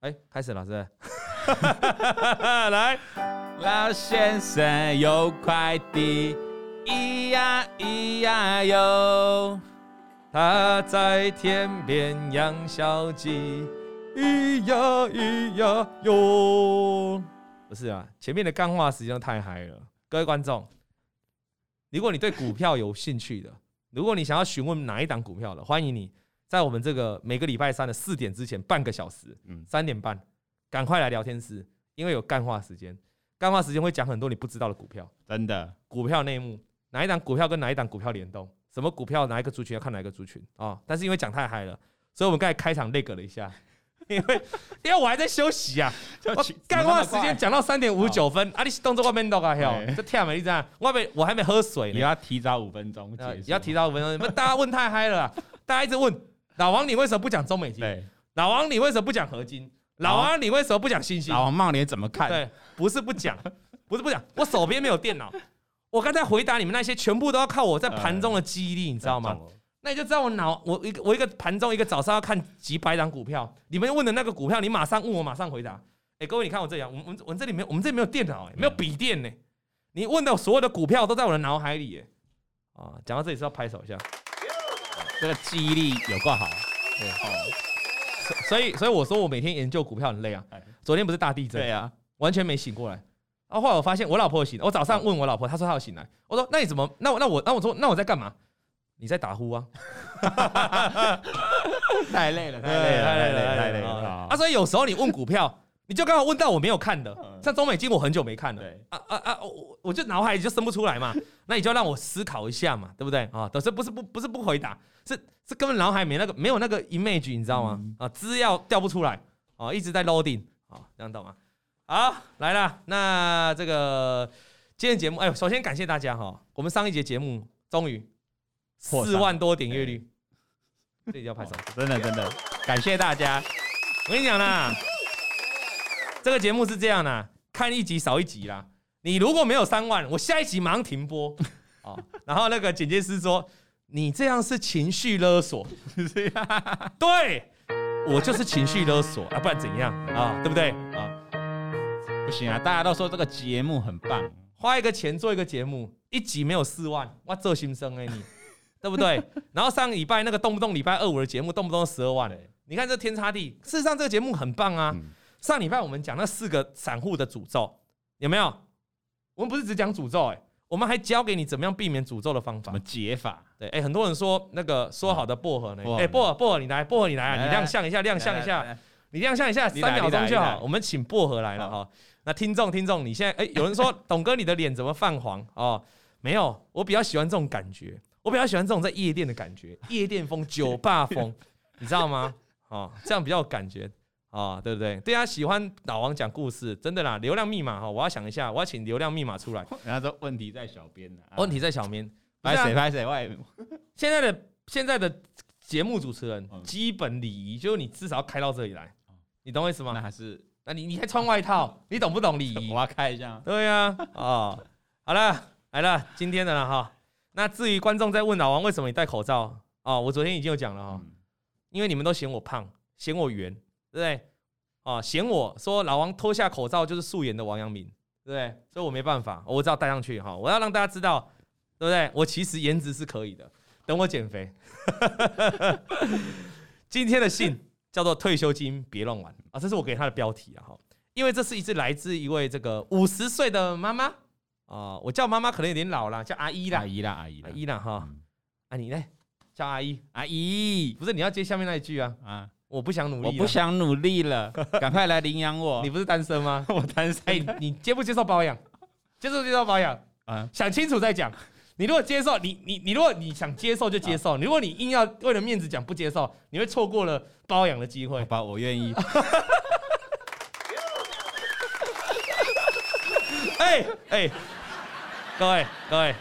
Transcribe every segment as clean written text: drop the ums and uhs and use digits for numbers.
开始了，是不是？来， 老先生有快递，咿呀咿呀哟， 他在田边养小鸡，咿呀咿呀哟。不是啊，前面的干话时间太嗨了，各位观众，如果你对股票有兴趣的，如果你想要询问哪一档股票的，欢迎你在我们这个每个礼拜三的4点之前半个小时，3点半，赶快来聊天室，因为有干话时间。干话时间会讲很多你不知道的股票， 真的股票内幕，哪一档股票跟哪一档股票联动，什么股票哪一个族群要看哪一个族群啊？但是因为讲太嗨了，所以我们刚才开场lag了一下。因为我还在休息啊，我干话时间讲到3点59分，啊，你动作我没动啊，这跳没你知道？我还没喝水呢， 你要提早5分钟结束， 要提早5分钟，大家问太嗨了，大家一直问老王你为什么不讲中美金？老王你为什么不讲合金？老王你为什么不讲星星？ 老王茂年怎么看？ 对，不是不讲，我手边没有电脑，我刚才回答你们那些全部都要靠我在盘中的记忆力，你知道吗？那你就知道我一个盘中一个早上要看几百档股票，你们问的那个股票，你马上问我马上回答。各位你看我这里，我们这里没有，我们这里没有电脑，没有笔电呢。你问的所有的股票都在我的脑海里，讲到这里是要拍手一下， 这个记忆力有够好。 对，所以我说我每天研究股票很累啊。昨天不是大地震， 对啊， 完全没醒过来。然后后来我发现我老婆有醒了，我早上问我老婆，她说她有醒来。我说那你怎么？那我说那我在干嘛？你在打呼啊？ 太累了。 所以有时候你问股票，你就刚好问到我没有看的，像中美金我很久没看了，我就脑海里就生不出来嘛。那你就让我思考一下嘛，对不对啊？不是不回答，是根本脑海没有那个 image， 你知道吗？资料调不出来一直在 loading 这样懂吗？好，来了，那这个今天节目，首先感谢大家我们上一节节目终于4万多点阅率，这一定要拍手， 真的感谢大家。 我跟你讲啦，这个节目是这样啦，看一集少一集啦。你如果没有3万，我下一集马上停播然后那个剪接师说你这样是情绪勒索，对，我就是情绪勒索不然怎样对不对不行啊，大家都说这个节目很棒， 花一个钱做一个节目，一集没有4万，我做心声你。对不对？然后上礼拜那个动不动礼拜2、5的节目，动不动12万你看这天差地。事实上这个节目很棒啊。上礼拜我们讲那4个散户的诅咒，有没有？我们不是只讲诅咒我们还教给你怎么样避免诅咒的方法， 怎么解法？ 对，很多人说那个说好的薄荷呢？薄荷你来，薄荷你来啊！你亮相一下，你亮相一下，3秒钟就好。我们请薄荷来了那听众，你现在有人说董哥你的脸怎么泛黄没有，我比较喜欢这种感觉。我比较喜欢这种在夜店的感觉，夜店风、酒吧风，你知道吗？这样比较有感觉对不对？对啊，喜欢老王讲故事，真的啦。流量密码我要想一下，我要请流量密码出来。 人家说问题在小编问题在小编， 拍谁？ 现在的节目主持人基本礼仪就是你至少要开到这里来，你懂我意思吗？那你还穿外套，你懂不懂礼仪？ 我要开一下。 对啊，好了，来了，今天的了那至于观众在问老王为什么你戴口罩我昨天已经有讲了因为你们都嫌我胖，嫌我圆，对不对？嫌我说老王脱下口罩就是素颜的王阳明，对不对？所以我没办法，我只好戴上去我要让大家知道，对不对？我其实颜值是可以的，等我减肥。今天的信叫做退休金别乱玩这是我给他的标题因为这是来自一位这个50岁的妈妈。我叫妈妈可能有点老了，叫阿姨啦，阿姨啦你呢？叫阿姨，不是你要接下面那一句我不想努力了， 赶快来领养我。 你不是单身吗？ 我单身。 你接不接受包养？接受包养想清楚再讲。你如果接受，你如果你想接受就接受，如果你硬要为了面子讲不接受，你会错过了包养的机会。 好吧，我愿意。 各位，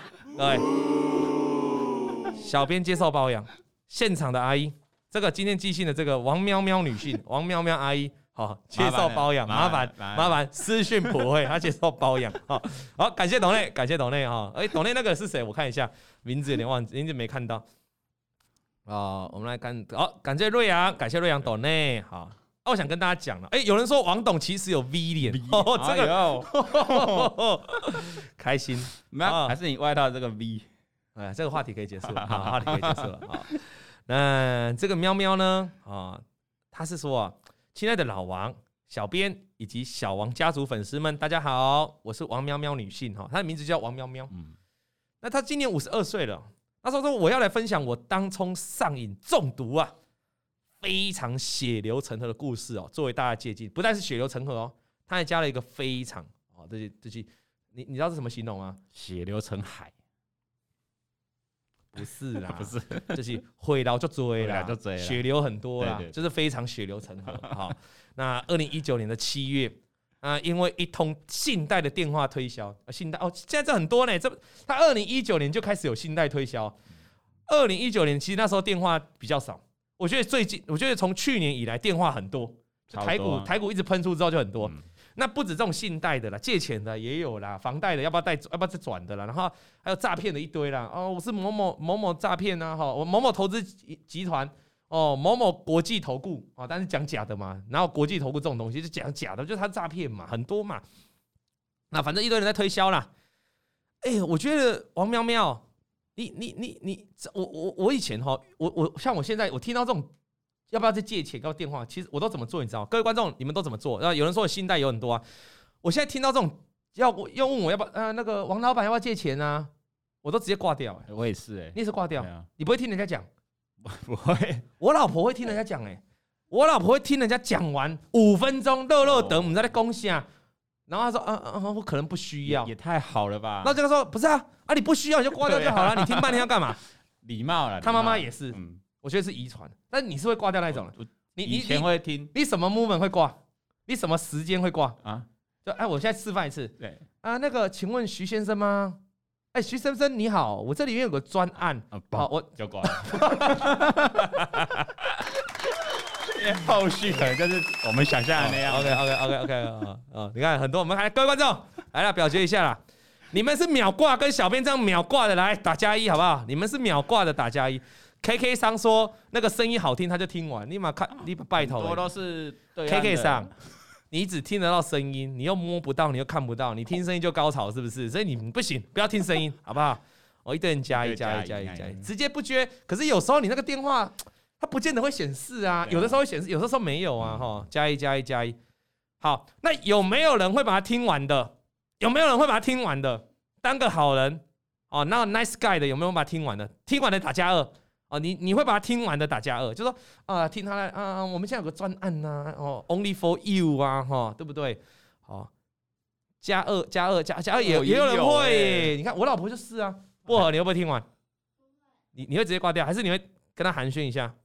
小编接受包养，现场的阿姨，这个今天寄信的这个王喵喵女性，王喵喵阿姨，接受包养，麻烦私讯普惠，她接受包养，好，感谢董内董内那个是谁？我看一下，名字有点忘记，名字没看到，我们来看，感谢瑞阳董内， 我想跟大家讲了，有人说王董其实有 V 脸，这个开心， 还是你外套这个 V？ 这个话题可以结束了，话题可以结束了。那这个喵喵呢？他是说亲爱的老王、小编以及小王家族粉丝们，大家好，我是王喵喵女性她的名字叫王喵喵。那她今年52岁了。她说我要来分享我当初上瘾中毒啊，非常血流成河的故事作为大家借鉴。不但是血流成河她还加了一个非常这句你知道是什么形容吗？ 血流成海。 不是啦， 不是， 就是回流就追啦，血流很多啦，就是非常血流成河。好，那2019年的7月因为一通信贷的电话推销，信贷现在这很多呢，他2019年就开始有信贷推销。2019年其实那时候电话比较少，我觉得从去年以来电话很多，台股一直喷出之后就很多。那不止这种信贷的啦，借钱的也有啦，房贷的要不要再转的啦，然后还有诈骗的一堆啦。我是某某诈骗啊，我某某投资集团某某国际投顾但是讲假的嘛，然后国际投顾这种东西就讲假的，就是他诈骗嘛，很多嘛。那反正一堆人在推销啦。我觉得王喵喵，我以前我像我现在我听到这种。要不要再借钱？要电话？其实我都怎么做，你知道吗？各位观众，你们都怎么做？有人说我信贷有很多我现在听到这种要问我要不要那个王老板要不要借钱啊？我都直接挂掉。 我也是你也是挂掉？你不会听人家讲？ 不会。 我老婆会听人家讲我老婆会听人家讲完5分钟，乐等我们在恭喜然后她说我可能不需要， 也太好了吧？ 那这个说不是你不需要你就挂掉就好了，你听半天要干嘛？ 礼貌了。 他妈妈也是。我觉得是遗传，但你是会挂掉那种的。你以前会听， 你什么 moment 会挂？你什么时间会挂啊？就我现在示范一次。 对那个，请问徐先生吗？徐先生你好，我这里面有个专案， 我就挂了。后续可能就是我们想象的那样。 OK， 你看很多我们各位观众来了，表决一下啦。你们是秒挂跟小编这样秒挂的，来打加1好不好？你们是秒挂的打加1。KK 商说那个声音好听，他就听完。你拜托， 多都是 KK 商，你只听得到声音，你又摸不到，你又看不到，你听声音就高潮，是不是？所以你不行，不要听声音，好不好？一堆人加一，直接不接。可是有时候你那个电话，它不见得会显示啊，有的时候会显示，有的时候没有啊。加一。好，那有没有人会把它听完的？当个好人那 nice guy 的有没有把它听完的？听完的打加2。你会把它听完的打加2，就说听他我们现在有个专案only for you 对不对？加2也有人会你看我老婆就是薄荷，你会不会听完？你会直接挂掉，还是你会跟他寒暄一下？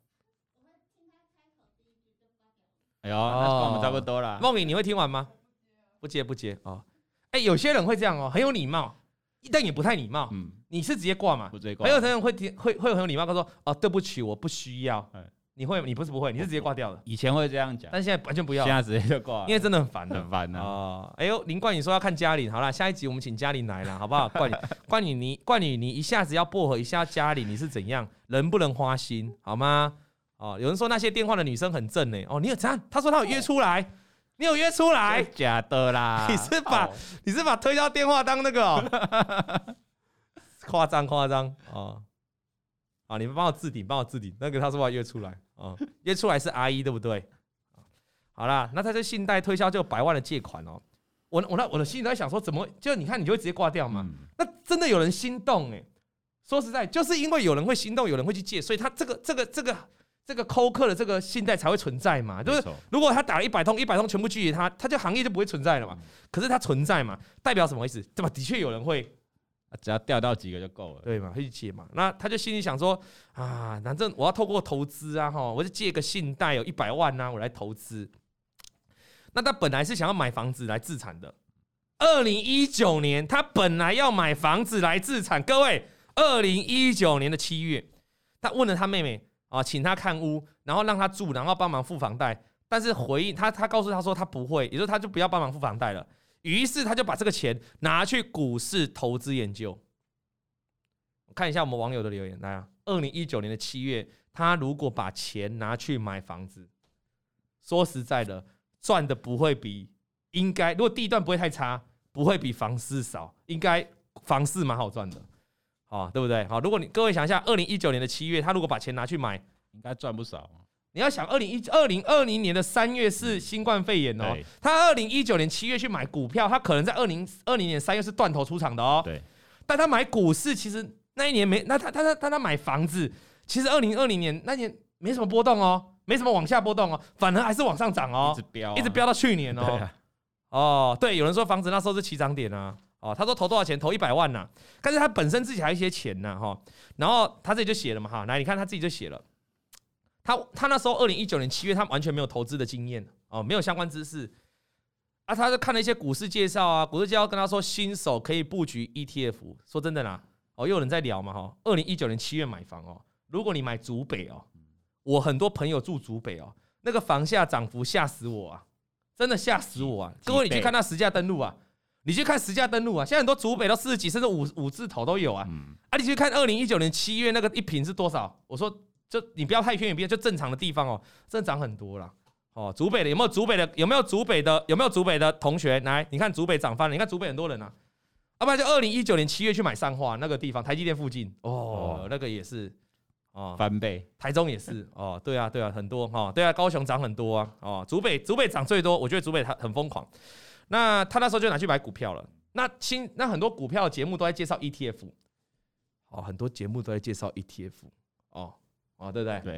那跟我们差不多了。 梦颖，你会听完吗？不接有些人会这样很有礼貌，但也不太礼貌。你是直接挂嘛？还有人会很有礼貌，他说对不起，我不需要。你会？你不是不会，你是直接挂掉的。 以前会这样讲， 但现在完全不要。 现在直接就挂， 因为真的很烦的， 很烦的。 林冠宇说要看嘉玲，好啦，下一集我们请嘉玲来了，好不好？冠宇你一下子要薄荷，一下嘉玲，你是怎样？人不能花心，好吗？有人说那些电话的女生很正呢。你有怎样？他说他有约出来。你有约出来？ 假的啦！ 你是把推销电话当那个夸张你们帮我置顶，那个他说要约出来约出来是阿姨对不对？好啦，那他这信贷推销就有100万的借款我的心里在想说，怎么就你看你就会直接挂掉嘛？那真的有人心动说实在，就是因为有人会心动，有人会去借，所以他这个扣客的这个信贷才会存在嘛，就是如果他打了100通全部拒绝他就行业就不会存在了嘛。可是他存在嘛，代表什么意思？对吧？的确有人会， 只要钓到几个就够了， 对嘛？会去借嘛？那他就心里想说反正我要透过投资我就借个信贷有100万我来投资。那他本来是想要买房子来自产的。2019年他本来要买房子来自产，各位，2019年的7月，他问了他妹妹。请他看屋，然后让他住，然后帮忙付房贷。但是回应他告诉他说他不会，也就是他就不要帮忙付房贷了。于是他就把这个钱拿去股市投资研究。看一下我们网友的留言，来2019年的7月，他如果把钱拿去买房子， 说实在的，赚的不会比应该，如果地段不会太差，不会比房市少，应该房市蛮好赚的，对不对？好，如果各位想一下，2019年的7月，他如果把钱拿去买， 应该赚不少。 你要想2020年的3月是新冠肺炎哦，他2019年7月去买股票，他可能在2020年3月是断头出场的哦。 对， 但他买股市其实那一年没，那他买房子，其实2020年那年没什么波动哦，没什么往下波动哦，反而还是往上涨哦，一直飙到去年哦。对，有人说房子那时候是起涨点啊。他说投多少钱？投100万呐，但是他本身自己还有一些钱呐，然后他自己就写了嘛，来，你看他自己就写了。他那时候2019年7月，他完全没有投资的经验没有相关知识他就看了一些股市介绍啊，股市介绍跟他说新手可以布局 ETF。说真的啦，又有人在聊嘛2019年7月买房如果你买竹北我很多朋友住竹北那个房价涨幅吓死我啊，真的吓死我啊！各位你去看那实价登录你去看实价登录现在很多竹北都40几甚至五字头都有你去看2019年7月那个一坪是多少？我说。就你不要太偏远，就正常的地方真的涨很多啦。竹北的有没有竹北的同学来？你看竹北涨翻了，你看竹北很多人要不然就2019年7月去买上化那个地方，台积电附近那个也是翻倍。 台中也是对啊很多对啊，高雄涨很多竹北涨最多，我觉得竹北很疯狂。那他那时候就拿去买股票了。那很多股票的节目都在介绍 ETF 很多节目都在介绍 ETF 对不对？ 对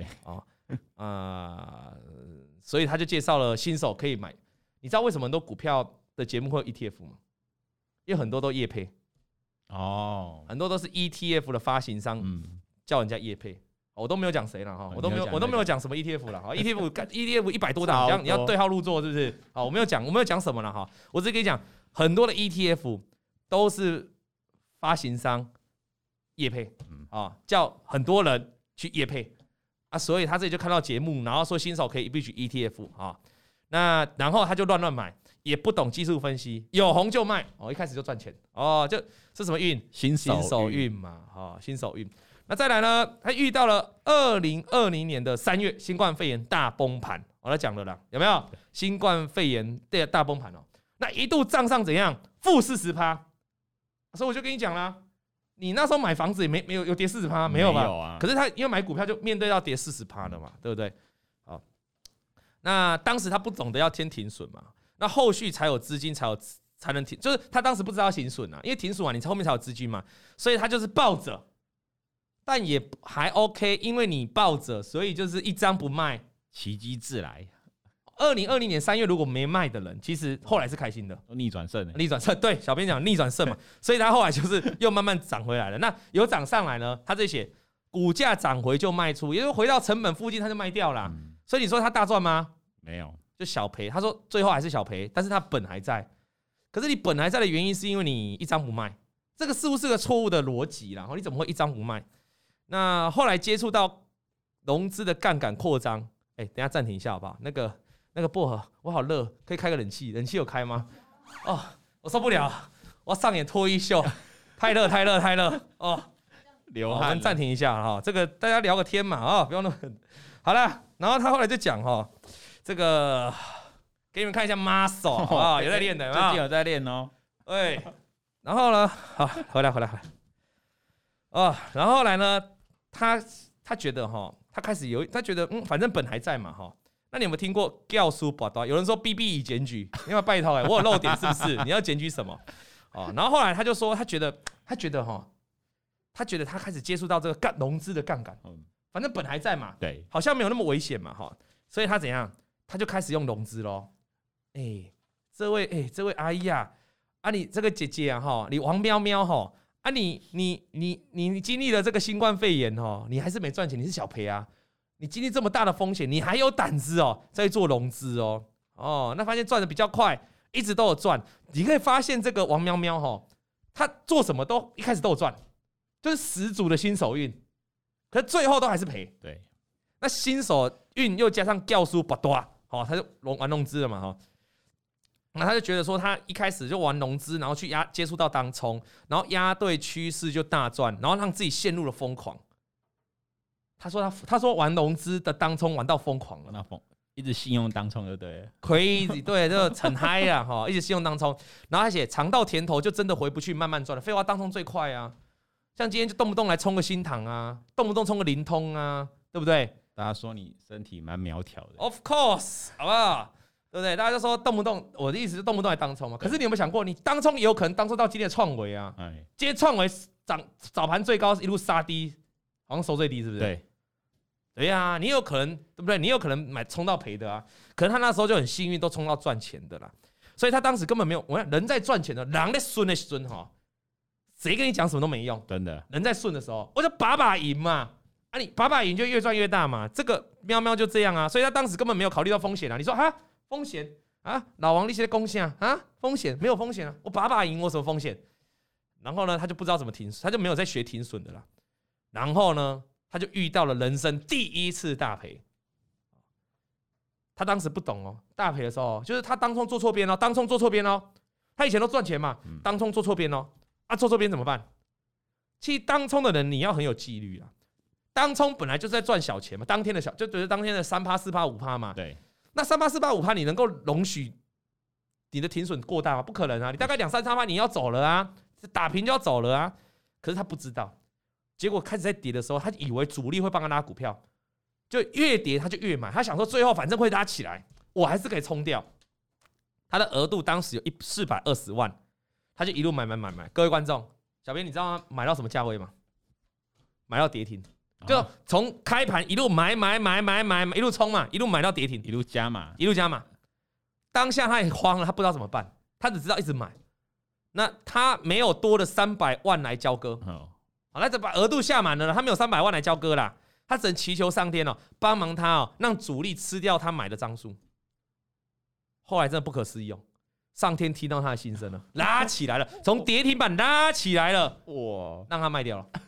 所以他就介绍了新手可以买。你知道为什么很多股票的节目会有 ETF 吗？因为很多都业配很多都是 ETF 的发行商叫人家业配。我都没有讲谁了我都没有讲什么 ETF 了ETF 100多档，你要对号入座是不是？我没有讲什么了我只是跟你讲，很多的 ETF 都是发行商业配叫很多人去业配所以他这里就看到节目，然后说新手可以布局 ETF 那然后他就乱买，也不懂技术分析，有红就卖一开始就赚钱这什么运？新手运嘛新手运。那再来呢，他遇到了2020年的3月新冠肺炎大崩盘，我来讲了啦，有没有？新冠肺炎的大崩盘那一度账上怎样？负40%，所以我就跟你讲啦。你那时候买房子也没有跌40%吗？没有吧？可是他因为买股票就面对到跌40%的嘛，对不对？那当时他不懂得要先停损嘛，那后续才有资金才能停，就是他当时不知道要停损因为停损你后面才有资金嘛，所以他就是抱着，但也还 OK， 因为你抱着，所以就是一张不卖， 奇迹自来。 2020年3月如果没卖的人，其实后来是开心的， 逆转胜， 对，小编讲逆转胜嘛，所以他后来就是又慢慢涨回来了。那有涨上来呢，他这写股价涨回就卖出，也就是回到成本附近他就卖掉了。所以你说他大赚吗？ 没有， 就小赔。他说最后还是小赔，但是他本还在。可是你本还在的原因是因为你一张不卖，这个似乎是个错误的逻辑啦。你怎么会一张不卖？那后来接触到融资的杠杆扩张，等一下暂停一下好不好？那个薄荷，我好热，可以开个冷气？冷气有开吗？我受不了，我要上演脱衣秀，太热流汗。 我们暂停一下这个大家聊个天嘛不用那么好了。然后他后来就讲这个给你们看一下 muscle 有在练的， 最近有在练对，然后呢，回来然后后来呢，他觉得他开始他觉得反正本还在嘛那你有没有听过教书报道？有人说 BB 已检举，你要拜托我有漏点是不是？你要检举什么？然后后来他就说，他觉得他开始接触到这个融资的杠杆，反正本还在嘛， 对， 好像没有那么危险嘛所以他怎样？他就开始用融资咯。这位阿姨你这个姐姐你王喵喵你经历了这个新冠肺炎你还是没赚钱，你是小赔啊。你经历这么大的风险，你还有胆子在做融资那发现赚的比较快，一直都有赚。你可以发现这个王喵喵他做什么都一开始都有赚，就是十足的新手运，可是最后都还是赔。 对， 那新手运又加上教书不多他就玩融资了嘛那他就觉得说，他一开始就玩融资，然后去接触到当冲，然后押对趋势就大赚，然后让自己陷入了疯狂。他说玩融资的当冲玩到疯狂了， 一直信用当冲就对了 ，crazy， 对，就很嗨啊哈，一直信用当冲，然后他写尝到甜头就真的回不去，慢慢赚了。废话，当冲最快啊，像今天就动不动来冲个新塘啊，动不动冲个灵通啊，对不对？ 大家说你身体蛮苗条的 ，Of course， 好不好？对不对？大家就说动不动，我的意思是动不动来当冲嘛。可是你有没有想过，你当冲也有可能当冲到今天的创维啊？今天创维早盘最高一路杀低，好像收最低，是不是？对呀，你有可能对不对？你有可能买冲到赔的啊，可能他那时候就很幸运，都冲到赚钱的啦。所以他当时根本没有，我讲人在赚钱的，人在顺的时候哈，谁跟你讲什么都没用， 真的。 人在顺的时候，我就把赢嘛，啊你把赢就越赚越大嘛，这个喵喵就这样啊。所以他当时根本没有考虑到风险啊。你说哈风险啊，老王那些贡献啊，风险没有风险啊，我把赢我什么风险？然后呢，他就不知道怎么停损，他就没有在学停损的啦。然后呢？他就遇到了人生第一次大赔，他当时不懂哦，大赔的时候就是他当冲做错边哦，当冲做错边哦，他以前都赚钱嘛，当冲做错边哦，做错边怎么办？其实当冲的人你要很有纪律啊，当冲本来就是在赚小钱嘛，当天的就觉得当天的3%、4%、5%嘛， 对， 那3%、4%、5%你能够容许你的停损过大吗？不可能啊，你大概2、3%你要走了啊，打平就要走了啊，可是他不知道。结果开始在跌的时候，他以为主力会帮他拉股票，就越跌他就越买。他想说最后反正会拉起来，我还是可以冲掉。他的额度当时有420万，他就一路买。各位观众，小编你知道他买到什么价位吗？买到跌停，就从开盘一路买，一路冲嘛，一路买到跌停， 一路加码。 当下他也慌了，他不知道怎么办，他只知道一直买。那他没有多的300万来交割。好，那就把额度下满了，他没有300万来交割啦，他只能祈求上天帮忙他让主力吃掉他买的张数。后来真的不可思议上天听到他的心声了，拉起来了，从跌停板拉起来了，哇，让他卖掉了。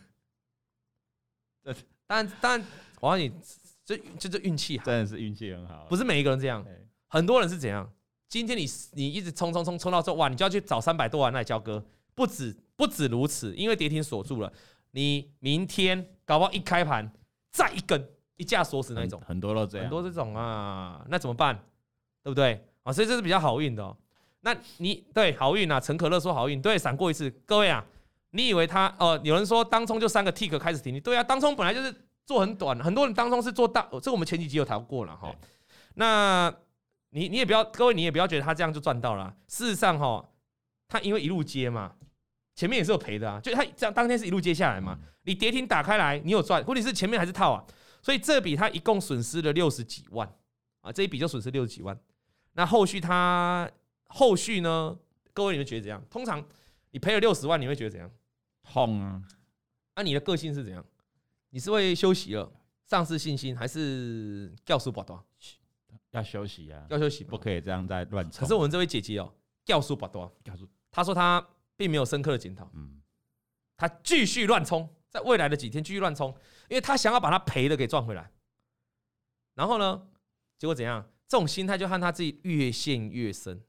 当然，我告诉你，这运气好， 真的是运气很好， 不是每一个人这样，很多人是怎样？今天你一直冲到之后，哇，你就要去找300多万来交割，不止如此，因为跌停锁住了。你明天搞不好一开盘再一根一架锁死那种， 很多都这样， 很多这种啊，那怎么办？对不对？所以这是比较好运的那你对好运啊，陈可乐说好运，对，闪过一次。各位啊，你以为他有人说当冲就3个 tick 开始停，对啊，当冲本来就是做很短，很多人当冲是做大，这我们前几集有谈过了哈。那你也不要，各位你也不要觉得他这样就赚到了。事实上他因为一路接嘛。前面也是有赔的啊，就他这样当天是一路接下来嘛，你跌停打开来你有赚，问题是前面还是套啊，所以这笔他一共损失了60几万啊，这一笔就损失60几万。那后续呢？各位你们觉得怎样？通常你赔了60万，你会觉得怎样？ 痛啊！ 那你的个性是怎样？你是会休息了，丧失信心，还是教书拔刀？ 要休息啊， 要休息， 不可以这样再乱冲。 可是我们这位姐姐教书拔刀，她说她并没有深刻的检讨，他继续乱冲，在未来的几天继续乱冲，因为他想要把他赔的给赚回来。然后呢，结果怎样？这种心态就和他自己越陷越深。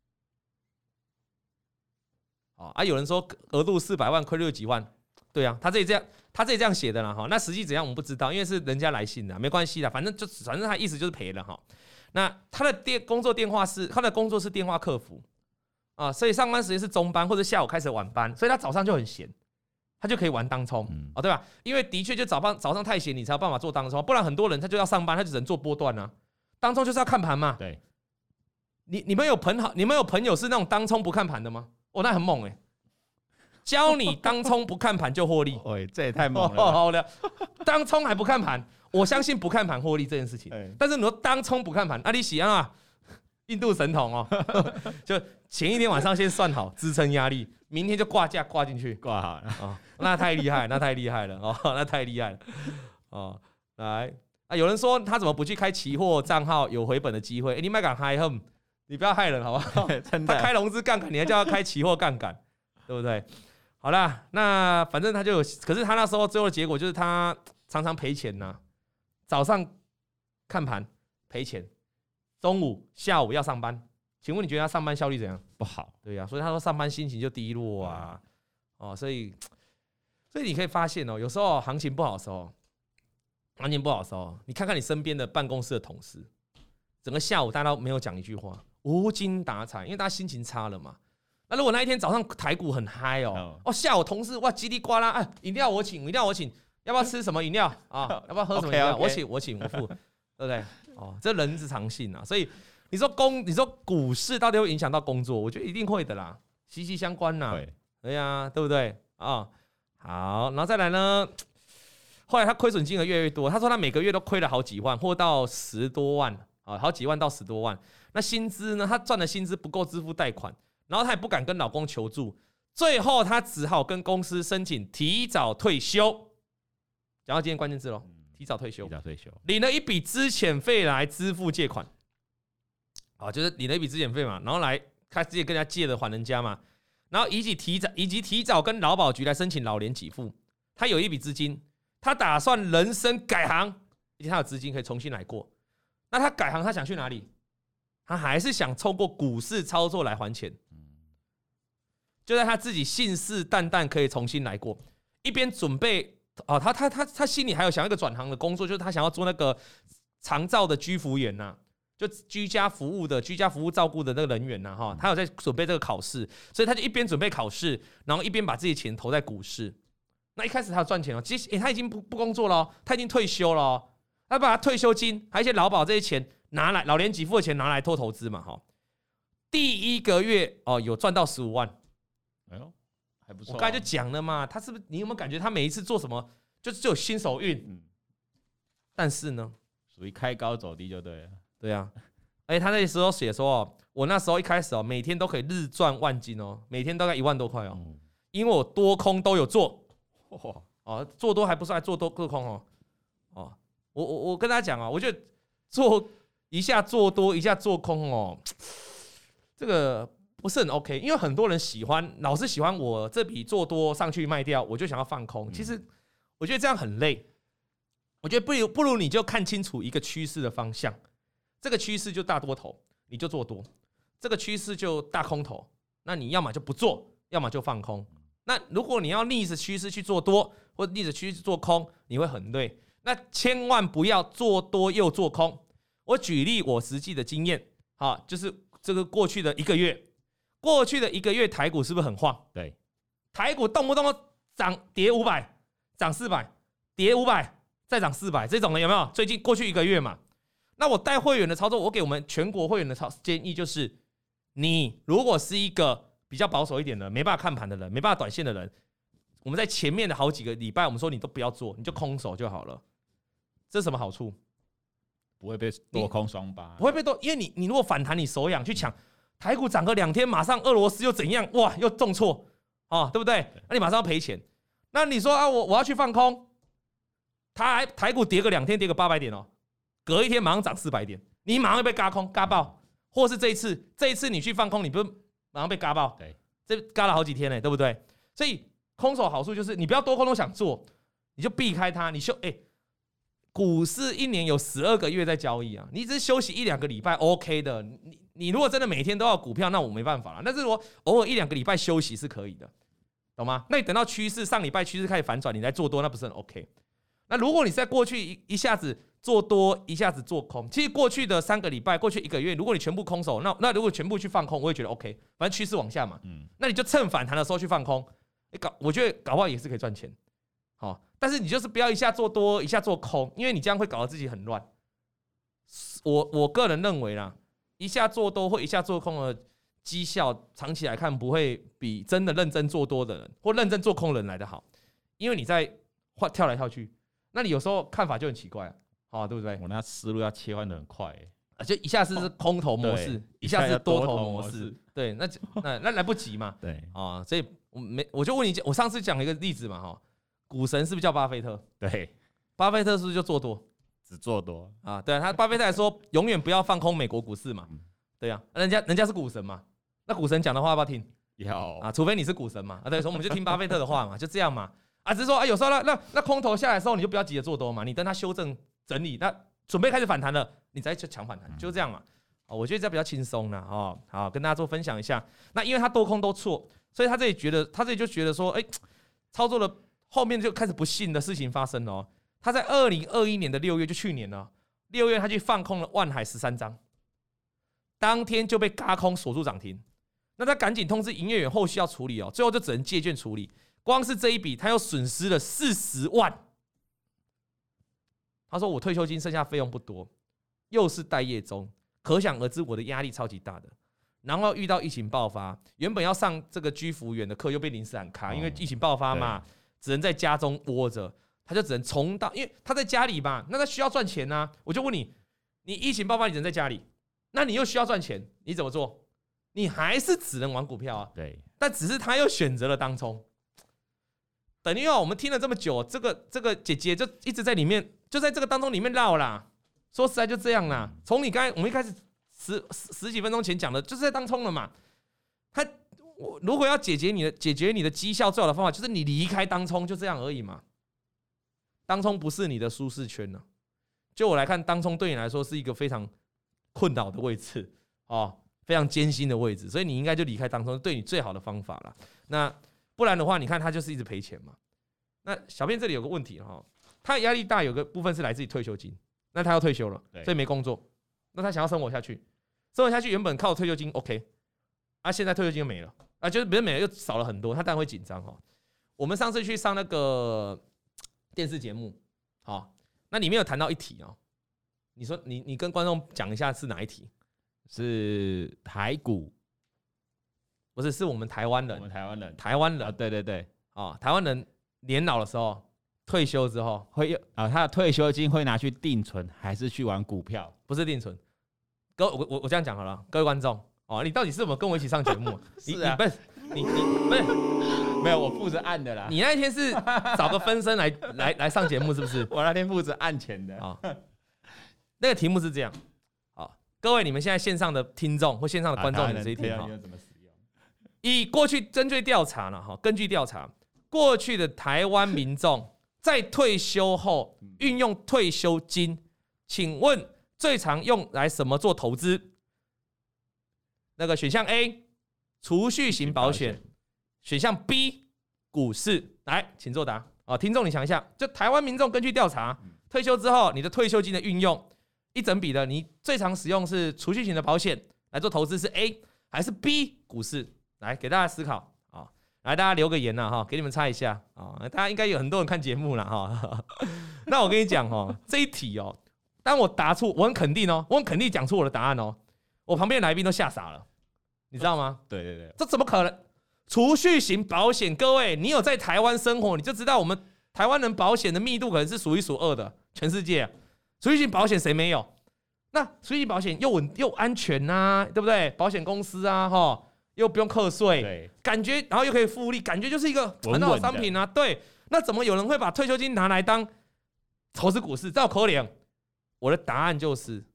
有人说额度400万亏60几万，对啊，他这里这样写的啦那实际怎样我们不知道，因为是人家来信的，没关系的，反正他意思就是赔了那他的工作是电话客服。所以上班时间是中班或者下午开始晚班，所以他早上就很闲，他就可以玩当冲对吧？因为的确就早上太闲，你才有办法做当冲，不然很多人他就要上班，他就只能做波段啊。当冲就是要看盘嘛。 对， 你们有朋友是那种当冲不看盘的吗？那很猛教你当冲不看盘就获利， 这也太猛了。 好的，当冲还不看盘，我相信不看盘获利这件事情。但是你说当冲不看盘，你喜欢啊？印度神童就前一天晚上先算好支撑压力，明天就挂价挂进去， 挂好了那太厉害，那太厉害了那太厉害了来有人说他怎么不去开期货账号有回本的机会？你别敢嗨哼，你不要害人好不好？他开融资杠杆，你还叫他开期货杠杆，对不对？好啦，那反正他就有，可是他那时候最后的结果就是他常常赔钱呐，早上看盘赔钱。中午、下午要上班，请问你觉得他上班效率怎样？ 不好， 对呀，所以他说上班心情就低落啊，所以你可以发现有时候行情不好的时候，你看看你身边的办公室的同事， 整个下午大家都没有讲一句话，无精打采，因为大家心情差了嘛。那如果那一天早上台股很嗨哦，下午同事哇叽里呱啦，饮料我请，要不要吃什么饮料啊？要不要喝什么饮料？我请，我付，对不对？这人之常情啊。所以你说股市到底会影响到工作？我觉得一定会的啦，息息相关呐。对呀，对不对啊？好，然后再来呢？后来他亏损金额越来越多，他说他每个月都亏了好几万，或到10多万啊，好几万到10多万。那薪资呢？他赚的薪资不够支付贷款，然后他也不敢跟老公求助，最后他只好跟公司申请提早退休。讲到今天关键字喽，提早退休，领了一笔资遣费来支付借款，就是领了一笔资遣费嘛，然后来他直接跟人家借的还人家嘛，然后以及提早跟劳保局来申请老年给付，他有一笔资金。他打算人生改行，而且他有资金可以重新来过。那他改行，他想去哪里？他还是想透过股市操作来还钱。就在他自己信誓旦旦可以重新来过，一边准备他心里还有想要一个转行的工作，就是他想要做那个长照的居服员呐，就居家服务照顾的那个人员呐他有在准备这个考试，所以他就一边准备考试，然后一边把自己钱投在股市。那一开始他有赚钱其实他已经不工作了他已经退休了他把他退休金还有一些劳保这些钱拿来，老年给付的钱拿来投资嘛第1个月有赚到15万， 还不错。 我刚才就讲了嘛，他是不是你有没有感觉他每一次做什么就是有新手运？但是呢， 属于开高走低就对了。 对啊，而且他那时候写说我那时候一开始每天都可以日赚万金每天大概1万多块因为我多空都有做。做多还不是还做多做空我跟大家讲我觉得做一下做多一下做空这个不是很 OK， 因为很多人老是喜欢我这笔做多上去卖掉，我就想要放空。其实我觉得这样很累，我觉得不如你就看清楚一个趋势的方向，这个趋势就大多头，你就做多；这个趋势就大空头，那你要么就不做，要么就放空。那如果你要逆着趋势去做多，或者逆着趋势做空，你会很累。那千万不要做多又做空。我举例我实际的经验，就是这个过去的1个月，台股是不是很晃？ 对， 台股动不动跌500，涨400，跌500，再涨400，这种的有没有？最近过去1个月嘛。那我带会员的操作，我给我们全国会员的建议就是，你如果是一个比较保守一点的，没办法看盘的人，没办法短线的人，我们在前面的好几个礼拜，我们说你都不要做，你就空手就好了。这是什么好处？ 不会被多空双巴， 不会被多，因为你如果反弹，你手痒去抢台股涨个2天，马上俄罗斯又怎样？哇，又重挫对不对？那你马上要赔钱。那你说我要去放空，台股跌个2天，跌个800点隔一天马上涨400点，你马上被嘎空嘎爆，或是这一次你去放空，你不是马上被嘎爆， 对， 这嘎了好几天对不对？所以空手好处就是你不要多空都想做，你就避开它。你股市1年有12个月在交易你只是休息1-2个礼拜 OK 的。你如果真的每天都要股票，那我没办法了。但是我偶尔1-2个礼拜休息是可以的，懂吗？那你等到上礼拜趋势开始反转，你来做多，那不是很 OK？ 那如果你在过去一下子做多，一下子做空，其实过去的3个礼拜，过去1个月，如果你全部空手，那如果全部去放空，我也觉得 OK， 反正趋势往下嘛，那你就趁反弹的时候去放空，我觉得搞不好也是可以赚钱，但是你就是不要一下做多，一下做空，因为你这样会搞得自己很乱。我个人认为啦，一下做多或一下做空的绩效，长期来看不会比真的认真做多的人或认真做空的人来得好，因为你在跳来跳去，那你有时候看法就很奇怪对不对？ 我那思路要切换的很快就一下是空头模式，一下是多头模式，对，那来不及嘛， 对所以我就问你，我上次讲了一个例子嘛股神是不是叫巴菲特？ 对， 巴菲特是不是就做多？ 只做多对他巴菲特还说永远不要放空美国股市嘛，对人家是股神嘛，那股神讲的话要不要听？ 要除非你是股神嘛，对，所以我们就听巴菲特的话嘛，就这样嘛，只是说有时候那空头下来的时候，你就不要急着做多嘛，你等它修正整理，那准备开始反弹了，你再去抢反弹，就这样嘛。我觉得这样比较轻松啦好，跟大家做分享一下。那因为他多空都错，所以他这里就觉得说，操作的后面就开始不幸的事情发生他在2021年的6月，就去年了，6月他去放空了万海13张， 当天就被嘎空锁住涨停。那他赶紧通知营业员后续要处理最后就只能借券处理。光是这一笔，他又损失了40万。他说我退休金剩下费用不多，又是待业中，可想而知我的压力超级大的。然后遇到疫情爆发，原本要上这个居服员的课又被临时喊卡，因为疫情爆发嘛，只能在家中窝着，他就只能重到，因为他在家里嘛，那他需要赚钱啊。我就问你，你疫情爆发，你只能在家里，那你又需要赚钱，你怎么做？你还是只能玩股票啊。 对， 但只是他又选择了当冲，等于我们听了这么久，这个姐姐就一直在里面，就在这个当中里面绕啦。说实在就这样啦，从你刚才我们一开始十几分钟前讲的，就是在当冲了嘛。如果要解决你的绩效，最好的方法就是你离开当冲，就这样而已嘛。当冲不是你的舒适圈呢。就我来看，当冲对你来说是一个非常困扰的位置非常艰辛的位置，所以你应该就离开当冲，对你最好的方法啦。那不然的话，你看他就是一直赔钱嘛。那小编这里有个问题他的压力大，有个部分是来自于退休金。那他要退休了，所以没工作，那他想要生活下去，原本靠退休金 OK，现在退休金又没了就是别人没了又少了很多，他当然会紧张我们上次去上那个电视节目那里面有谈到一题你说你跟观众讲一下是哪一题？ 是台股， 不是，是我们台湾人。台湾人， 对对对， 台湾人年老的时候，退休之后会他的退休金会拿去定存，还是去玩股票？ 不是定存。我这样讲好了，各位观众你到底是怎么跟我一起上节目？ 是啊， 你不是你不是没有，我负责按的啦。 你那一天是找个分身来上节目是不是？ 我那天负责按钱的那个题目是这样。各位，你们现在线上的听众或线上的观众，你这一听以过去根据调查了根据调查，过去的台湾民众在退休后运用退休金，请问最常用来什么做投资？那个选项 A 储蓄型保险，选项 B 股市。来，请作答听众你想一下，就台湾民众根据调查，退休之后你的退休金的运用。一整笔的，你最常使用是储蓄型的保险来做投资，是 A 还是 B 股市？来给大家思考来大家留个言给你们猜一下大家应该有很多人看节目了那我跟你讲这一题当我答出，我很肯定我很肯定讲出我的答案我旁边的来宾都吓傻了，你知道吗？ 对对对， 这怎么可能？储蓄型保险，各位，你有在台湾生活，你就知道我们台湾人保险的密度可能是数1数2的，全世界储蓄型保险谁没有？那储蓄型保险又安全对不对？保险公司又不用课税，感觉然后又可以复利，感觉就是一个很好的商品对，那怎么有人会把退休金拿来当投资股市？这有可能。我的答案就是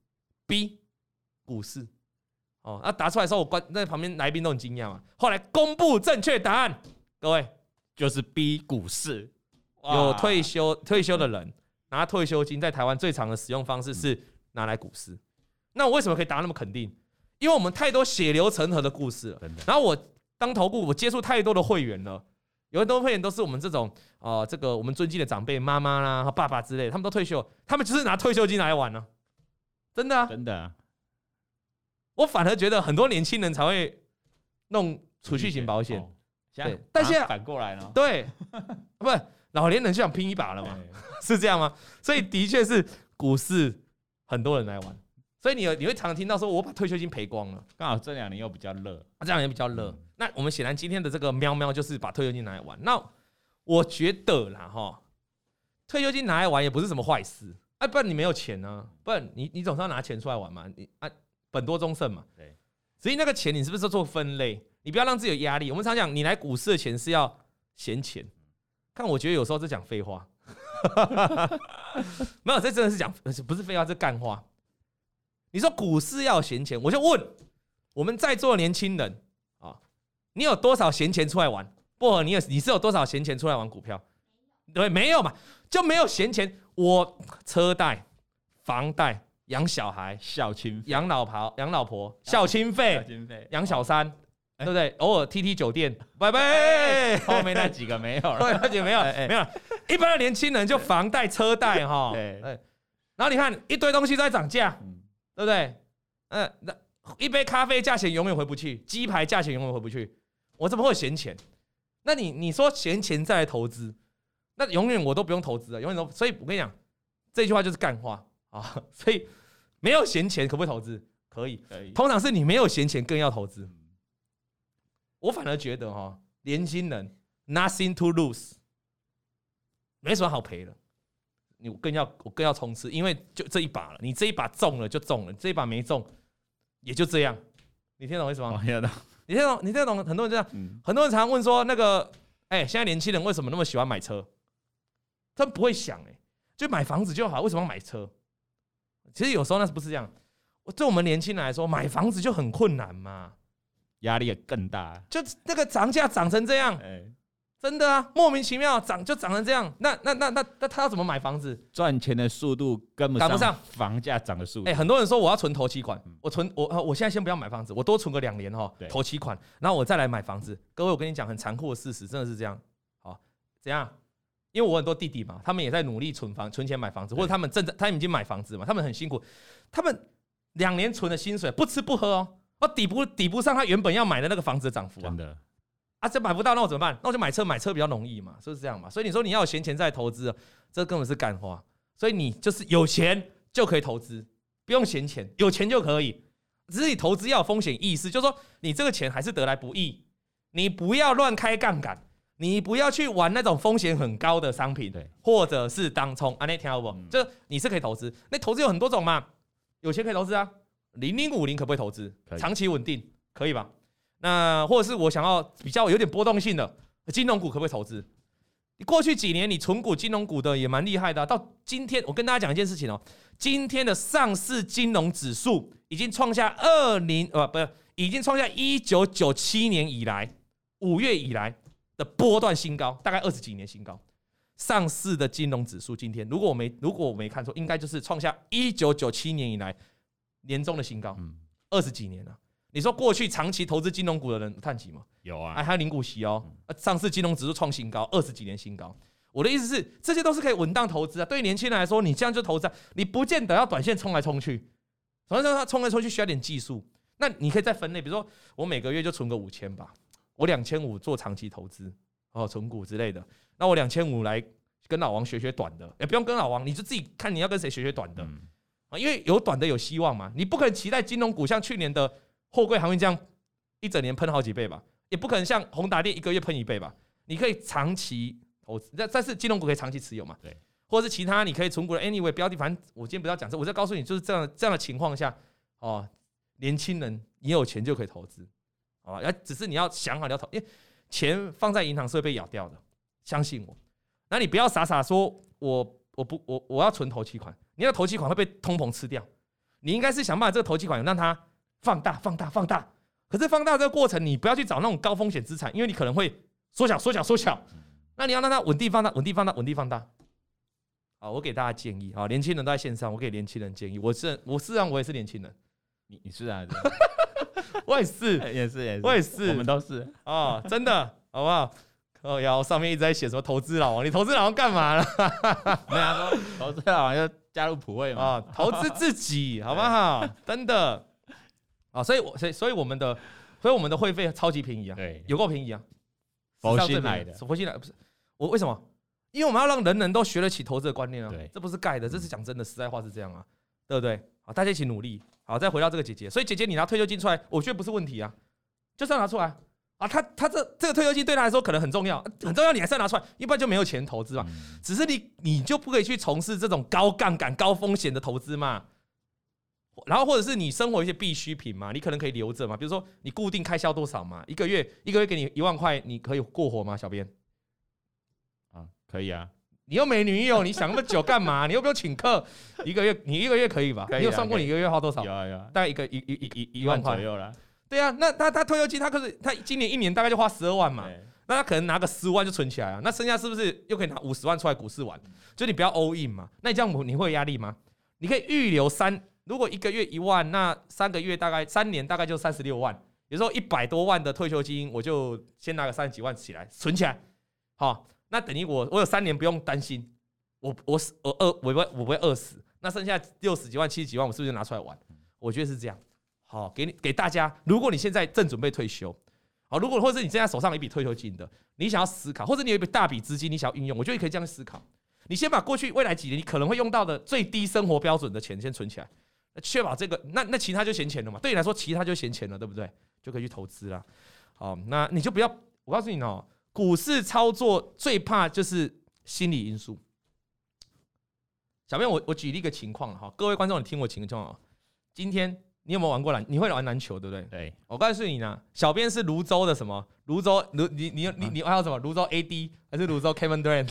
B 股市。答出来的时候，那旁边来宾都很惊讶嘛。后来公布正确答案，各位就是 B 股市。 有退休的人拿退休金，在台湾最常的使用方式是拿来股市。那我为什么可以答那么肯定？因为我们太多血流成河的故事了。然后我当投顾，我接触太多的会员了，有很多会员都是我们这种这个我们尊敬的长辈、妈妈啦、爸爸之类的，他们都退休，他们就是拿退休金来玩呢。真的真的。 我反而觉得很多年轻人才会弄储蓄型保险， 对， 但现在反过来了， 对，不是老年人就想拼一把了嘛，是这样吗？所以的确是股市很多人来玩，所以你会常听到说我把退休金赔光了， 刚好这2年又比较热， 这2年比较热。那我们显然今天的这个喵喵就是把退休金拿来玩。那我觉得啦退休金拿来玩也不是什么坏事不然你没有钱不然你总是要拿钱出来玩嘛，本多终胜嘛。 对， 所以那个钱你是不是做分类？你不要让自己有压力。我们常讲，你来股市的钱是要闲钱。看，我觉得有时候在讲废话，没有，这真的是讲不是废话，这干话。你说股市要闲钱，我就问我们在座的年轻人你有多少闲钱出来玩？薄荷，你是有多少闲钱出来玩股票？对，没有嘛，就没有闲钱。我车贷、房贷。养小孩、 孝亲、 养老婆、孝亲费、养小三，对不对？偶尔踢酒店，拜拜。 后面那几个没有了， 后面那几个没有，没有。一般的年轻人就房贷、车贷然后你看一堆东西都在涨价，对不对？ 一杯咖啡价钱永远回不去，鸡排价钱永远回不去，我怎么会闲钱？那你说闲钱再来投资，那永远我都不用投资了，永远都。所以我跟你讲，这句话就是干话啊。所以没有闲钱可不可以投资？可以，通常是你没有闲钱更要投资。我反而觉得年轻人 nothing to lose， 没什么好赔的。我更要冲刺，因为就这一把了，你这一把中了就中了，这一把没中也就这样。你听懂我意思吗？你听得懂？很多人这样，很多人常问说那个，现在年轻人为什么那么喜欢买车？他们不会想，就买房子就好，为什么要买车？其实有时候那不是这样。对我们年轻人来说，买房子就很困难嘛， 压力也更大。 就那个涨价涨成这样，真的啊，莫名其妙涨成这样。那他要怎么买房子？ 赚钱的速度跟不上房价涨的速度。 很多人说我要存头期款，我现在先不要买房子，我多存个2年头期款，然后我再来买房子。各位，我跟你讲很残酷的事实，真的是这样。怎样？因为我很多弟弟嘛，他们也在努力存钱买房子，或者他们已经买房子嘛，他们很辛苦，他们2年存的薪水不吃不喝抵不上他原本要买的那个房子的涨幅啊。 真的。 这买不到，那我怎么办？那我就买车比较容易嘛，是不是这样嘛？所以你说你要有闲钱再投资，这根本是干话。所以你就是有钱就可以投资，不用闲钱，有钱就可以。只是你投资要有风险意识，就是说你这个钱还是得来不易，你不要乱开杠杆，你不要去玩那种风险很高的商品，或者是当冲。你听到不？就是你是可以投资，那投资有很多种嘛，有钱可以投资啊，0050可不可以投资？长期稳定可以吧？那或者是我想要比较有点波动性的金融股可不可以投资？过去几年你存股金融股的也蛮厉害的到今天我跟大家讲一件事情今天的上市金融指数已经创下1997年以来5月以来的波段新高，大概20几年新高。上市的金融指数今天，如果我没看错，应该就是创下1997年以来年中的新高，20几年了。你说过去长期投资金融股的人叹息吗？ 有啊， 还有零股息上市金融指数创新高，20几年新高。我的意思是，这些都是可以稳当投资啊。对于年轻人来说，你这样就投资你不见得要短线冲来冲去，冲来冲去需要点技术。那你可以再分类，比如说我每个月就存个5000吧，我2500做长期投资存股之类的。那我2500来跟老王学短的，也不用跟老王，你就自己看你要跟谁学短的因为有短的有希望嘛。你不可能期待金融股像去年的货柜航运这样一整年喷好几倍吧，也不可能像宏达电1个月喷1倍吧。你可以长期投资，但是金融股可以长期持有嘛？对，或者是其他你可以存股的 anyway 标的，反正我今天不要讲这，我再告诉你，就是这样的情况下年轻人你有钱就可以投资只是你要想好你要投，因为钱放在银行是会被咬掉的，相信我。那你不要傻傻说我要存头期款，你的头期款会被通膨吃掉，你应该是想办法这个头期款让它放大。可是放大这个过程，你不要去找那种高风险资产，因为你可能会缩小。那你要让它稳定放大。我给大家建议年轻人都在线上，我给年轻人建议。我事实上我也是年轻人， 你是啊？ 我也是，我也是， 我们都是真的，好不好？我上面一直在写什么投资老王，你投资老王干嘛了？ 没有说投资老王就加入普惠嘛投资自己好不好？真的所以我们的会费超级便宜对， 有够便宜佛心来的， 佛心来不是我为什么？因为我们要让人人都学得起投资的观念对， 这不是盖的，这是讲真的，实在话是这样对不对？大家一起努力。好，再回到这个姐姐，所以姐姐你拿退休金出来，我觉得不是问题就是要拿出来他这个退休金对他来说可能很重要，你还是要拿出来，一般就没有钱投资嘛。只是你就不可以去从事这种高杠杆、高风险的投资嘛。然后或者是你生活一些必需品嘛，你可能可以留着嘛。比如说你固定开销多少嘛，一个月给你1万块，你可以过活吗？小编可以啊。 你又没女友，你想那么久干嘛？你又不用请客，你一个月可以吧？你有算过你一个月花多少？ 有， 大概一万块左右啦。 对啊，那他退休金，他今年1年大概就花12万嘛，那他可能拿个10万就存起来那剩下是不是又可以拿50万出来股市玩？就你不要 all in 嘛，那你这样你会有压力吗？你可以预留如果1个月1万，那3个月大概3年大概就36万，有时候100多万的退休金，我就先拿个30几万起来存起来，那等于我有3年不用担心，我不会饿死，那剩下60几万70几万我是不是就拿出来玩？我觉得是这样。 好，给大家，如果你现在正准备退休，好，如果或者你现在手上有一笔退休金的，你想要思考，或者你有一笔大笔资金，你想要运用，我觉得你可以这样思考。你先把过去未来几年你可能会用到的最低生活标准的钱先存起来，确保这个，那其他就闲钱了嘛。对你来说，其他就闲钱了，对不对？就可以去投资啦。好，那你就不要，我告诉你哦，股市操作最怕就是心理因素。小编，我举例一个情况哈，各位观众，你听我情况哦。今天你有没有玩过篮？你会玩篮球对不对？ 对。我告诉你呢，小编是泸州的什么？泸州，你还有什么？泸州 AD 还是泸州 Kevin Durant？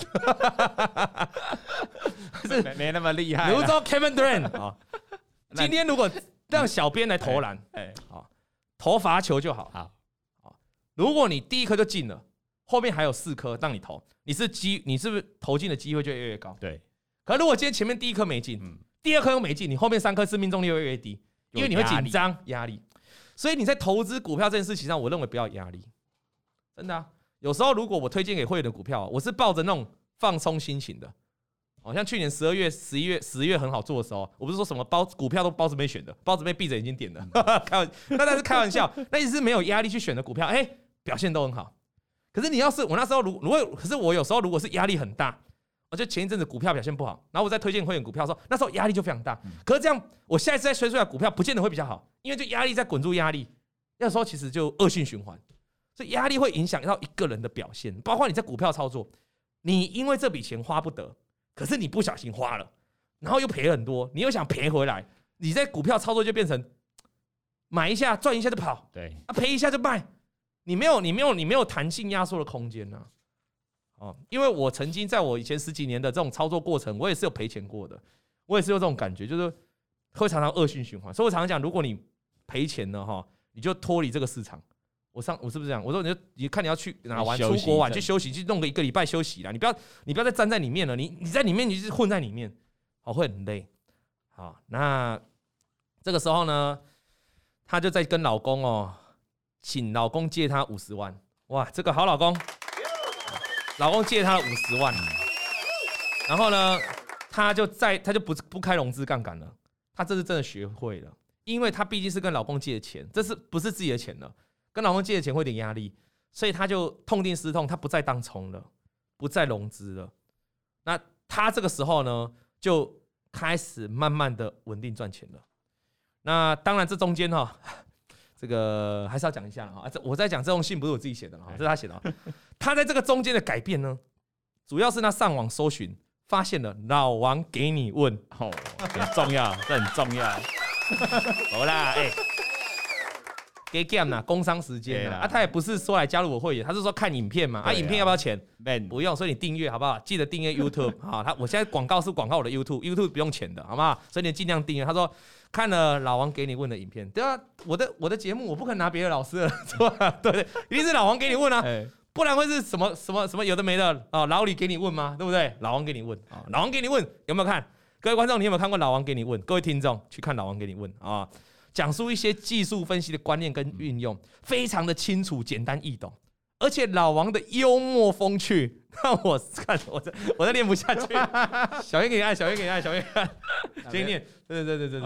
是没那么厉害。 泸州 Kevin Durant 啊。今天如果让小编来投篮，好，投罚球就好。好，如果你第一颗就进了，后面还有4颗让你投，你是不是投进的机会就越高？ 对。 可如果今天前面第1颗没进，第2颗又没进，你后面3颗是命中率会越低，因为你会紧张压力。所以你在投资股票这件事情上，我认为不要压力，真的啊。有时候如果我推荐给会员的股票，我是抱着那种放松心情的。好像去年12月、11月、10月很好做的时候，我不是说什么股票都包子妹选的，包子妹闭着眼睛点的，那是开玩笑，那也是没有压力去选的股票，表现都很好。可是你要是我那时候可是我有时候如果是压力很大，我就前一阵子股票表现不好，然后我在推荐会员股票的时候，那时候压力就非常大。可是这样，我下一次再推出来股票，不见得会比较好，因为就压力在滚住压力，那时候其实就恶性循环。所以压力会影响到一个人的表现，包括你在股票操作，你因为这笔钱花不得，可是你不小心花了，然后又赔很多，你又想赔回来，你在股票操作就变成买一下赚一下就跑， 对， 赔一下就卖，你没有弹性压缩的空间啊。因为我曾经在我以前10几年的这种操作过程，我也是有赔钱过的，我也是有这种感觉，就是会常常恶性循环。所以我常常讲，如果你赔钱了你就脱离这个市场。我是不是这样？我说你看你要去哪玩，出国玩去休息，去弄个1个礼拜休息啦。你不要再站在里面了，你在里面你就是混在里面，会很累。好，那这个时候呢，她就在跟老公请老公借她50万。哇，这个好老公。老公借他了50万，然后呢，他就不开融资杠杆了，他这是真的学会了，因为他毕竟是跟老公借的钱，这是不是自己的钱了？跟老公借的钱会有点压力，所以他就痛定思痛，他不再当冲了，不再融资了。那他这个时候呢，就开始慢慢的稳定赚钱了。那当然，这中间这个还是要讲一下我在讲这封信不是我自己写的这是他写的。他在这个中间的改变呢，主要是他上网搜寻，发现了老王给你问， 很重要，这很重要。 好啦，给 game 啦，工商时间啦。他也不是说来加入我会员，他是说看影片嘛。影片要不要钱？不用，所以你订阅好不好？记得订阅 YouTube 我现在广告是广告我的 YouTube 不用钱的，好不好？所以你尽量订阅。他说看了老王给你问的影片，对啊，我的节目我不可能拿别的老师的，对，一定是老王给你问啊。不然会是什么有的没的老李给你问吗？对不对？老王给你问老王给你问有没有看？各位观众，你有没有看过老王给你问？各位听众去看老王给你问讲述一些技术分析的观念跟运用，非常的清楚、简单易懂，而且老王的幽默风趣，让我看我再念不下去。小燕给你按，小燕给你按，小燕先念，对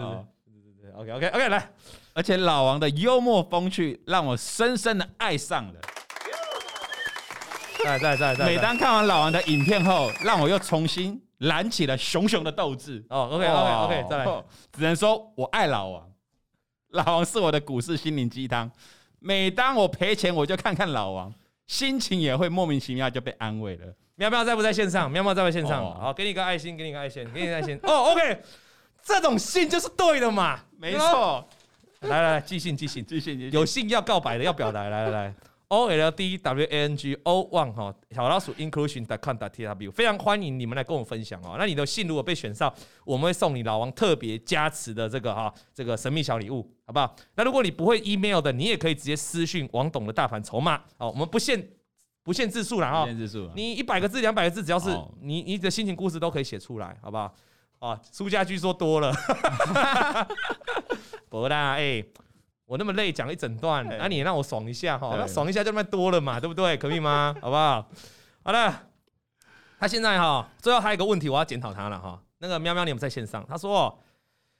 ，OK， 来。 而且老王的幽默风趣让我深深的爱上了。 在。 每当看完老王的影片后，让我又重新燃起了熊熊的斗志。 OK， 再来。 只能说我爱老王，老王是我的股市心灵鸡汤。每当我赔钱，我就看看老王，心情也会莫名其妙就被安慰了。 喵喵在不在线上？喵喵在不在线上？好，给你个爱心，给你个爱心。OK， 这种信就是对的嘛， 没错。 来，寄信，有信要告白的要表达，来。OLDWANG01 小老鼠 inclusion.com.tw 非常欢迎你们来跟我分享那你的信如果被选上，我们会送你老王特别加持的这个神秘小礼物，好不好？那如果你不会 email 的，你也可以直接私讯王董的大盘筹码我们不限字数啦你100个字、200个字，只要是你的心情故事都可以写出来，好不好？书家据说多了，不啦，我那么累讲一整段，你也让我爽一下那爽一下就那么多了嘛，对不对？可以吗？好不好？好了，他现在最后还有一个问题，我要检讨他了那个喵喵，你有没有在线上？他说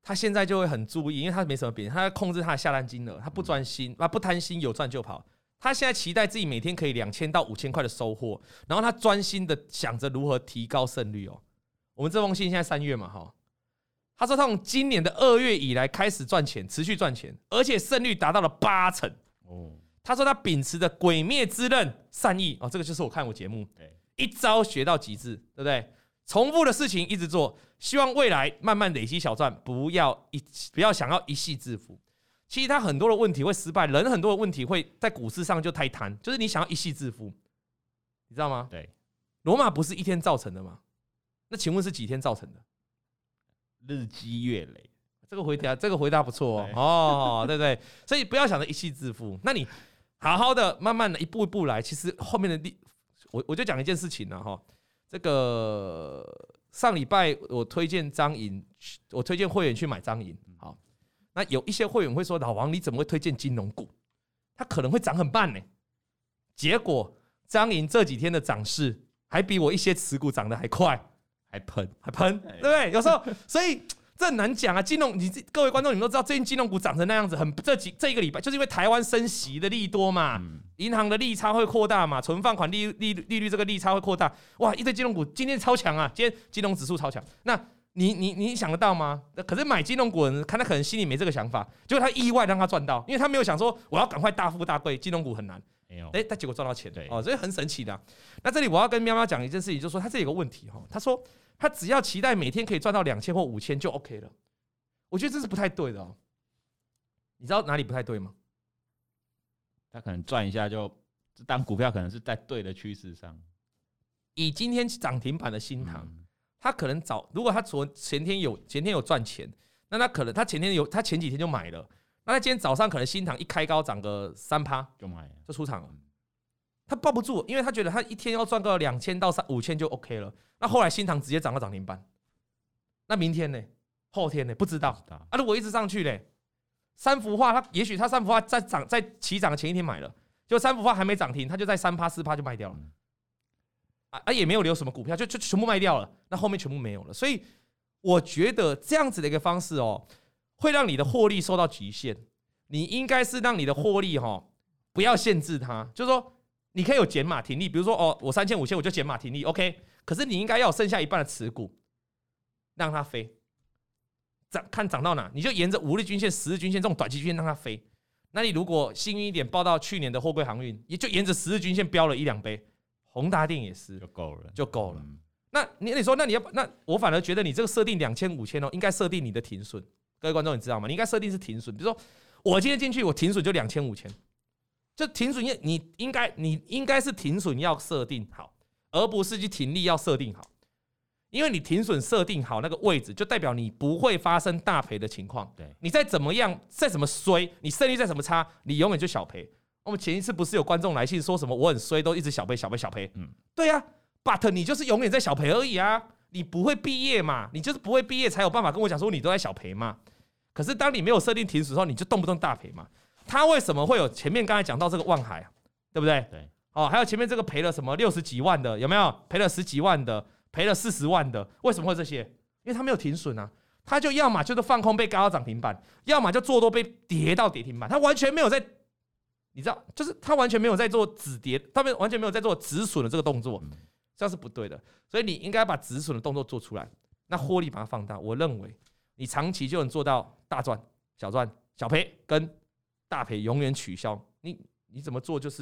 他现在就会很注意，因为他没什么别人，他在控制他的下单金额，他不专心，不贪心，有赚就跑。他现在期待自己每天可以2000到5000块的收获，然后他专心的想着如何提高胜率哦。我们这封信现在3月嘛，哈，他说他从今年的2月以来开始赚钱，持续赚钱，而且胜率达到了80%。哦，他说他秉持着鬼灭之刃善意哦，这个就是我看我节目，一招学到极致，对不对？重复的事情一直做，希望未来慢慢累积小赚，不要想要一夕致富。其实他很多的问题会失败，人很多的问题会在股市上就太贪，就是你想要一夕致富，你知道吗？ 对， 罗马不是一天造成的吗？那请问是几天造成的？ 日积月累。 这个回答不错哦，对不对？所以不要想着一夕致富，那你好好的、慢慢的、一步一步来。其实后面的我就讲一件事情了哈。这个上礼拜我推荐张银，我推荐会员去买张银。好，那有一些会员会说：“老王，你怎么会推荐金融股？它可能会涨很慢呢。”结果张银这几天的涨势还比我一些持股涨得还快，还喷，对不对？有时候，所以这很难讲啊。金融，各位观众，你们都知道，最近金融股涨成那样子，这一个礼拜，就是因为台湾升息的利多嘛，银行的利差会扩大嘛，存放款利率这个利差会扩大，哇，一堆金融股今天超强啊，今天金融指数超强。那你想得到吗？可是买金融股的人，他可能心里没这个想法，结果他意外让他赚到，因为他没有想说我要赶快大富大贵，金融股很难。他结果赚到钱，所以很神奇的。那这里我要跟喵喵讲一件事情，就是说他这里有个问题哈，他说他只要期待每天可以赚到2000或5000就 OK 了，我觉得这是不太对的哦。你知道哪里不太对吗？ 他可能赚一下就当股票可能是在对的趋势上。 以今天涨停板的新唐，他可能如果他前天有赚钱，那他可能他前几天就买了。那他今天早上可能新唐一开高涨个3% 就买了， 就出场了。他抱不住，因为他觉得他一天要赚个2000到5000就 OK 了。那后来新唐直接涨到涨停板，那明天呢？后天呢？不知道啊。如果一直上去嘞，三幅画也许他三幅画在起涨的前一天买了，就三幅画还没涨停，他就在3%、4%就卖掉了。也没有留什么股票，就全部卖掉了。那后面全部没有了。所以我觉得这样子的一个方式哦，会让你的获利受到局限。你应该是让你的获利不要限制它，就是说你可以有减码停利，比如说我3000、5000我就减码停利 ，OK。可是你应该要有剩下一半的持股，让它飞，看涨到哪，你就沿着5日均线、10日均线这种短期均线让它飞。那你如果幸运一点报到去年的货柜航运，也就沿着10日均线飙了1-2倍，宏达电也是就够了。那你说那我反而觉得你这个设定2000、5000应该设定你的停损。各位观众，你知道吗？你应该设定是停损，比如说我今天进去，我停损就2000、5000，就停损你应该是停损要设定好，而不是去停利要设定好，因为你停损设定好那个位置，就代表你不会发生大赔的情况。对，你再怎么样，再怎么衰，你胜率再怎么差，你永远就小赔。我们前一次不是有观众来信说什么我很衰，都一直小赔。对啊 ，but 你就是永远在小赔而已啊，你不会毕业嘛，你就是不会毕业才有办法跟我讲说你都在小赔嘛。可是当你没有设定停损的时候，你就动不动大赔嘛。他为什么会有前面刚才讲到这个万海，对不对？对。还有前面这个赔了什么60几万的，有没有？赔了10几万的，赔了40万的，为什么会这些？因为他没有停损啊，他就要么就是放空被嘎到涨停板，要么就做多被跌到跌停板，他完全没有在，你知道，就是他完全没有在做止跌，他们完全没有在做止损的这个动作，这样是不对的。所以你应该把止损的动作做出来，那获利把它放大。我认为你长期就能做到大赚、小赚、小赔跟大赔永远取消。你怎么做？就是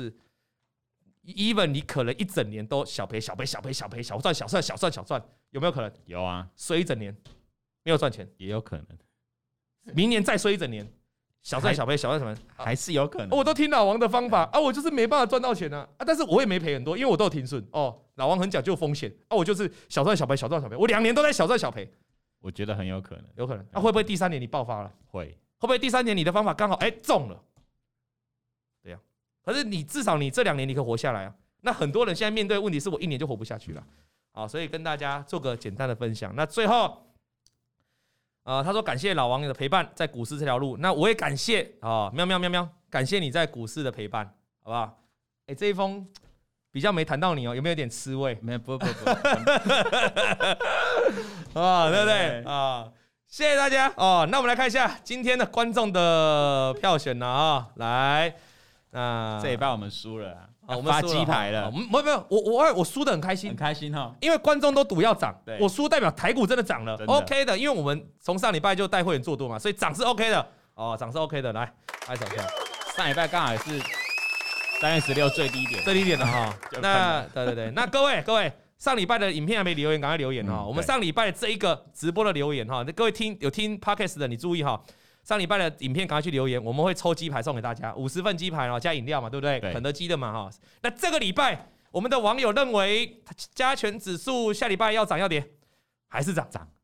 even 你可能一整年都小赔、小赔、小赔、小赔、小赚、小赚、小赚、小赚，有没有可能？ 有啊， 衰一整年没有赚钱也有可能。 明年再衰一整年，小赚小赔、小赚什么还是有可能。 我都听老王的方法啊，我就是没办法赚到钱啊，但是我也没赔很多，因为我都有停损哦。老王很讲究风险啊，我就是小赚小赔、小赚小赔，我2年都在小赚小赔。 我觉得很有可能， 有可能。那会不会第3年你爆发了？ 会不会第3年你的方法刚好中了？对呀，可是你至少你这2年你可以活下来啊。那很多人现在面对的问题是我1年就活不下去了。好，所以跟大家做个简单的分享。那最后，他说感谢老王的陪伴在股市这条路，那我也感谢喵喵喵喵，感谢你在股市的陪伴，好不好？这一封比较没谈到你有没有点吃味？ 没有，不， 对不对谢谢大家哦。那我们来看一下今天的观众的票选了啊，来， 这礼拜我们输了啊， 我们发鸡排了。 没有，我输的很开心， 很开心哈， 因为观众都赌要涨，我输代表台股真的涨了 ，OK 的，因为我们从上礼拜就带会员做多嘛，所以涨是 OK 的哦，涨是 OK 的，来拍手下。 上礼拜刚好也是3月16最低点的哈。那对，那各位。上礼拜的影片还没留言，赶快留言哈！我们上礼拜的这一个直播的留言哈，各位有听 Podcast 的，你注意哈，上礼拜的影片赶快去留言，我们会抽鸡排送给大家，50份鸡排然后加饮料嘛，对不对？肯德基的嘛哈。那这个礼拜我们的网友认为加权指数下礼拜要涨要跌，还是涨？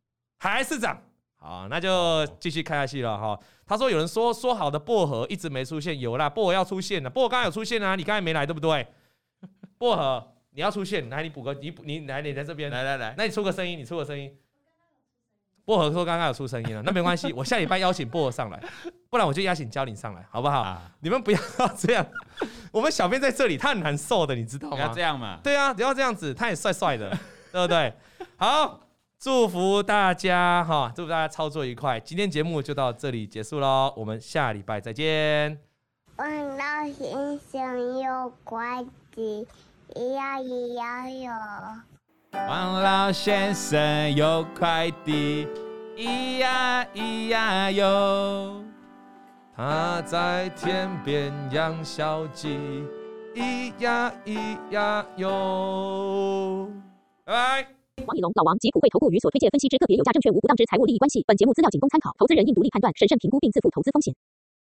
好，那就继续看下去了哈。他说有人说好的薄荷一直没出现，有啦，薄荷要出现了，薄荷刚刚有出现啊，你刚才没来对不对？薄荷。你要出现，来你补个你来你在这边来， 那你出个声音，薄荷说刚刚有出声音了，那没关系，我下礼拜邀请薄荷上来，不然我就邀请焦领上来，好不好？你们不要这样，我们小编在这里，他很难受的，你知道吗？ 不要这样嘛。 对啊，不要这样子，他也帅帅的，对不对？好，祝福大家哈，祝福大家操作愉快。今天节目就到这里结束喽，我们下礼拜再见。 王老先生有快递。咿呀咿呀哟， 王老先生有快递，咿呀咿呀哟。 他在田边养小鸡，咿呀咿呀哟。拜拜。 王以龙、老王及普惠投顾与所推介分析之个别有价证券无不当之财务利益关系。本节目资料仅供参考，投资人应独立判断、审慎评估并自负投资风险。